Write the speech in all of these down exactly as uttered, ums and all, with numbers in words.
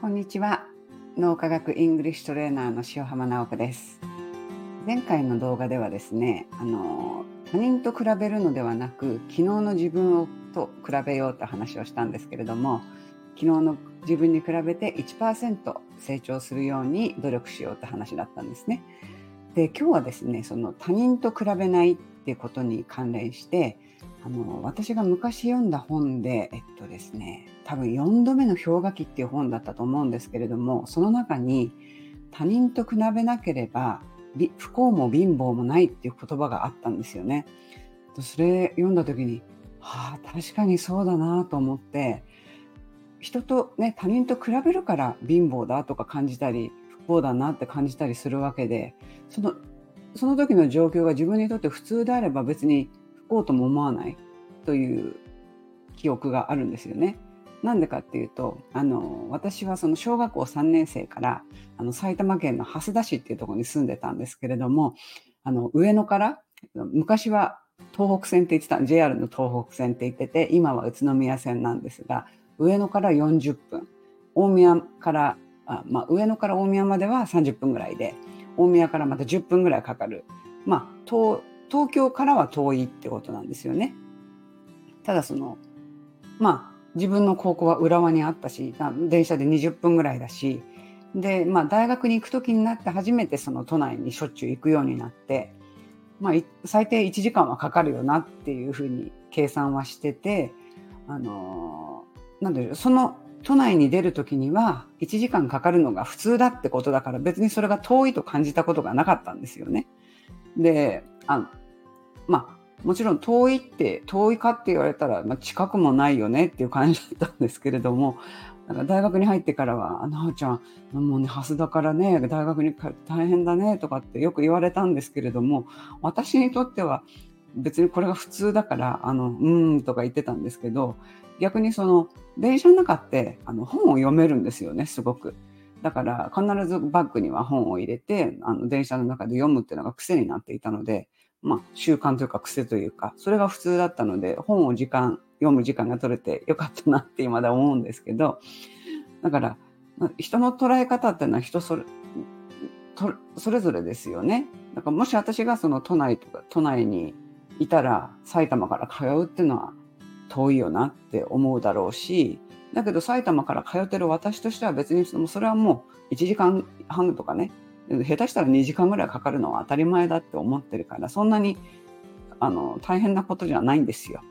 こんにちは。脳科学イングリッシュトレーナーの塩浜直子です。前回の動画ではですね、あの他人と比べるのではなく、昨日の自分をと比べようって話をしたんですけれども、昨日の自分に比べて いちパーセント 成長するように努力しようって話だったんですね。で、今日はですね、その他人と比べないっていうことに関連して、あの私が昔読んだ本で、えっとですね、多分よんどめの氷河期っていう本だったと思うんですけれども、その中に他人と比べなければ不幸も貧乏もないっていう言葉があったんですよね。それ読んだ時に、はあ、確かにそうだなと思って、人とね、他人と比べるから貧乏だとか感じたり、不幸だなって感じたりするわけで、そのその時の状況が自分にとって普通であれば別に不幸とも思わないという記憶があるんですよね。なんでかっていうと、あの私はその小学校さんねん生からあの埼玉県の蓮田市っていうところに住んでたんですけれども、あの上野から昔は東北線って言ってた ジェイアール の東北線って言ってて、今は宇都宮線なんですが、上野からよんじゅっぷん、大宮からあ、まあ、上野から大宮まではさんじゅっぷんぐらいで、大宮からまたじゅっぷんぐらいかかる、まあ、東, 東京からは遠いってことなんですよね。ただそのまあ自分の高校は浦和にあったし、電車でにじゅっぷんぐらいだし、で、まあ、大学に行く時になって初めてその都内にしょっちゅう行くようになって、まあ、最低いちじかんはかかるよなっていうふうに計算はしてて、あのー、なんでしょう、その都内に出る時にはいちじかんかかるのが普通だってことだから、別にそれが遠いと感じたことがなかったんですよね。で、あまあもちろん遠いって遠いかって言われたら、まあ、近くもないよねっていう感じだったんですけれども、なんか大学に入ってからは「あなあちゃんもうね蓮田からね大学に通って大変だね」とかってよく言われたんですけれども、私にとっては別にこれが普通だからあのうーんとか言ってたんですけど、逆にその電車の中ってあの本を読めるんですよね、すごく。だから必ずバッグには本を入れて、あの電車の中で読むっていうのが癖になっていたので、まあ、習慣というか癖というか、それが普通だったので、本を時間読む時間が取れてよかったなって今で思うんですけど、だから人の捉え方っていうのは人それとそれぞれですよね。だからもし私がその都内とか都内にいたら埼玉から通うっていうのは遠いよなって思うだろうし、だけど埼玉から通ってる私としては別にそれはもういちじかんはんとかね、下手したらにじかんぐらいかかるのは当たり前だって思ってるから、そんなにあの大変なことじゃないんですよ。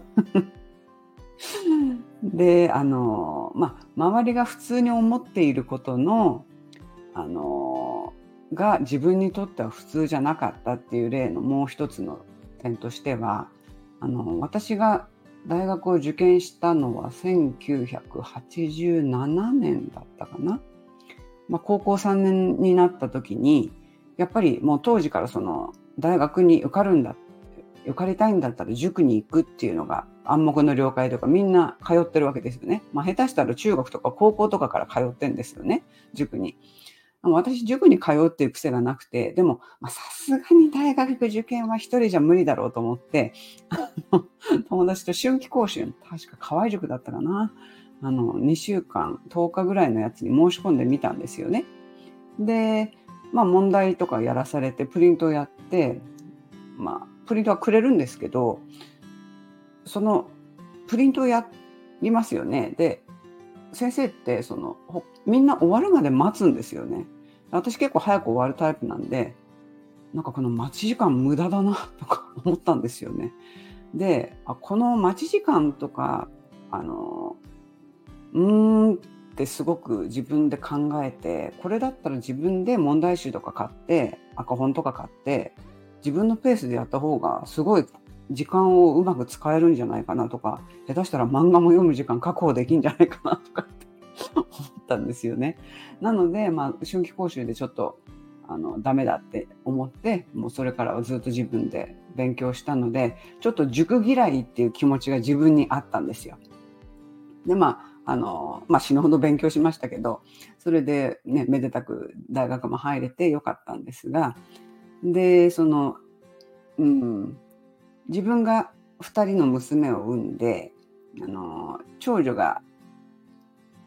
で、あのまあ周りが普通に思っていることのあのが自分にとっては普通じゃなかったっていう例のもう一つの点としては、あの私が大学を受験したのはせんきゅうひゃくはちじゅうななねんだったかな。まあ、高校さんねんになった時に、やっぱりもう当時からその大学に受かるんだ、受かりたいんだったら塾に行くっていうのが暗黙の了解とか、みんな通ってるわけですよね。まあ、下手したら中学とか高校とかから通ってんですよね、塾に。私塾に通うっていう癖がなくて、でもさすがに大学受験は一人じゃ無理だろうと思って、友達と春季講習、確か河合塾だったかな、あのにしゅうかんとおかぐらいのやつに申し込んでみたんですよね。で、まあ問題とかやらされてプリントをやって、まあプリントはくれるんですけど、そのプリントをやりますよね。で、先生ってそのみんな終わるまで待つんですよね。私結構早く終わるタイプなんで、なんかこの待ち時間無駄だなとか思ったんですよね。で、あこの待ち時間とかあのうーんってすごく自分で考えて、これだったら自分で問題集とか買って赤本とか買って自分のペースでやった方がすごい時間をうまく使えるんじゃないかなとか、下手したら漫画も読む時間確保できるんじゃないかなとかって思ったんですよね。なので、まあ、春季講習でちょっとあのダメだって思って、もうそれからはずっと自分で勉強したので、ちょっと塾嫌いっていう気持ちが自分にあったんですよ。で、まああのまあ、死ぬほど勉強しましたけど、それでねめでたく大学も入れてよかったんですが、でそのうん自分がふたりの娘を産んで、あの長女が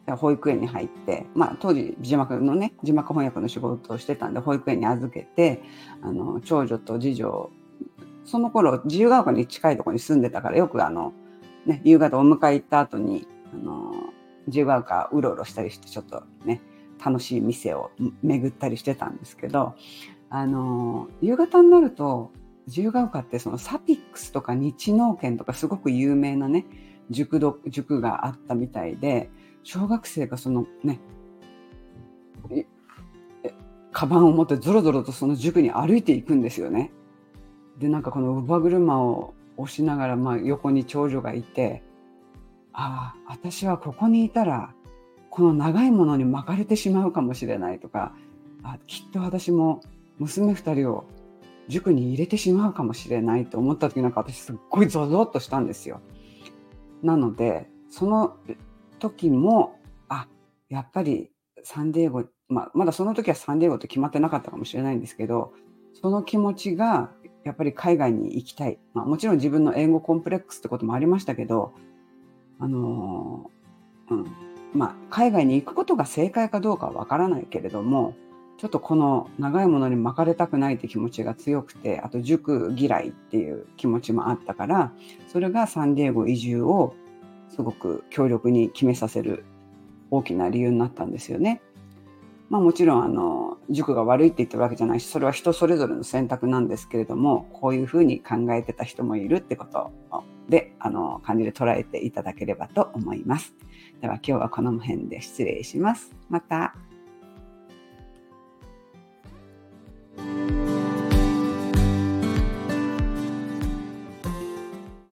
保育園に入って、まあ、当時字幕のね字幕翻訳の仕事をしてたんで保育園に預けて、あの長女と次女、その頃自由が丘に近いところに住んでたから、よくあの、ね、夕方お迎え行った後にあの自由が丘うろうろしたりして、ちょっとね楽しい店を巡ったりしてたんですけど、あの夕方になると自由が丘ってそのサピックスとか日農研とかすごく有名なね塾ど塾があったみたいで、小学生がそのねカバンを持ってゾロゾロとその塾に歩いていくんですよね。でなんかこの乳母車を押しながら、まあ、横に長女がいて、ああ私はここにいたらこの長いものに巻かれてしまうかもしれないとか、あきっと私も娘ふたりを塾に入れてしまうかもしれないと思った時、なんか私すっごいゾゾッとしたんですよ。なのでその時もあやっぱりサンディエゴ、まあ、まだその時はサンディエゴって決まってなかったかもしれないんですけど、その気持ちがやっぱり海外に行きたい、まあ、もちろん自分の英語コンプレックスってこともありましたけど、あのーうんまあ、海外に行くことが正解かどうかはわからないけれども、ちょっとこの長いものに巻かれたくないって気持ちが強くて、あと塾嫌いっていう気持ちもあったから、それがサンディエゴ移住をすごく強力に決めさせる大きな理由になったんですよね。まあ、もちろんあの塾が悪いって言ってるわけじゃないし、それは人それぞれの選択なんですけれども、こういうふうに考えてた人もいるってことで、あの感じで捉えていただければと思います。では今日はこの辺で失礼します。また。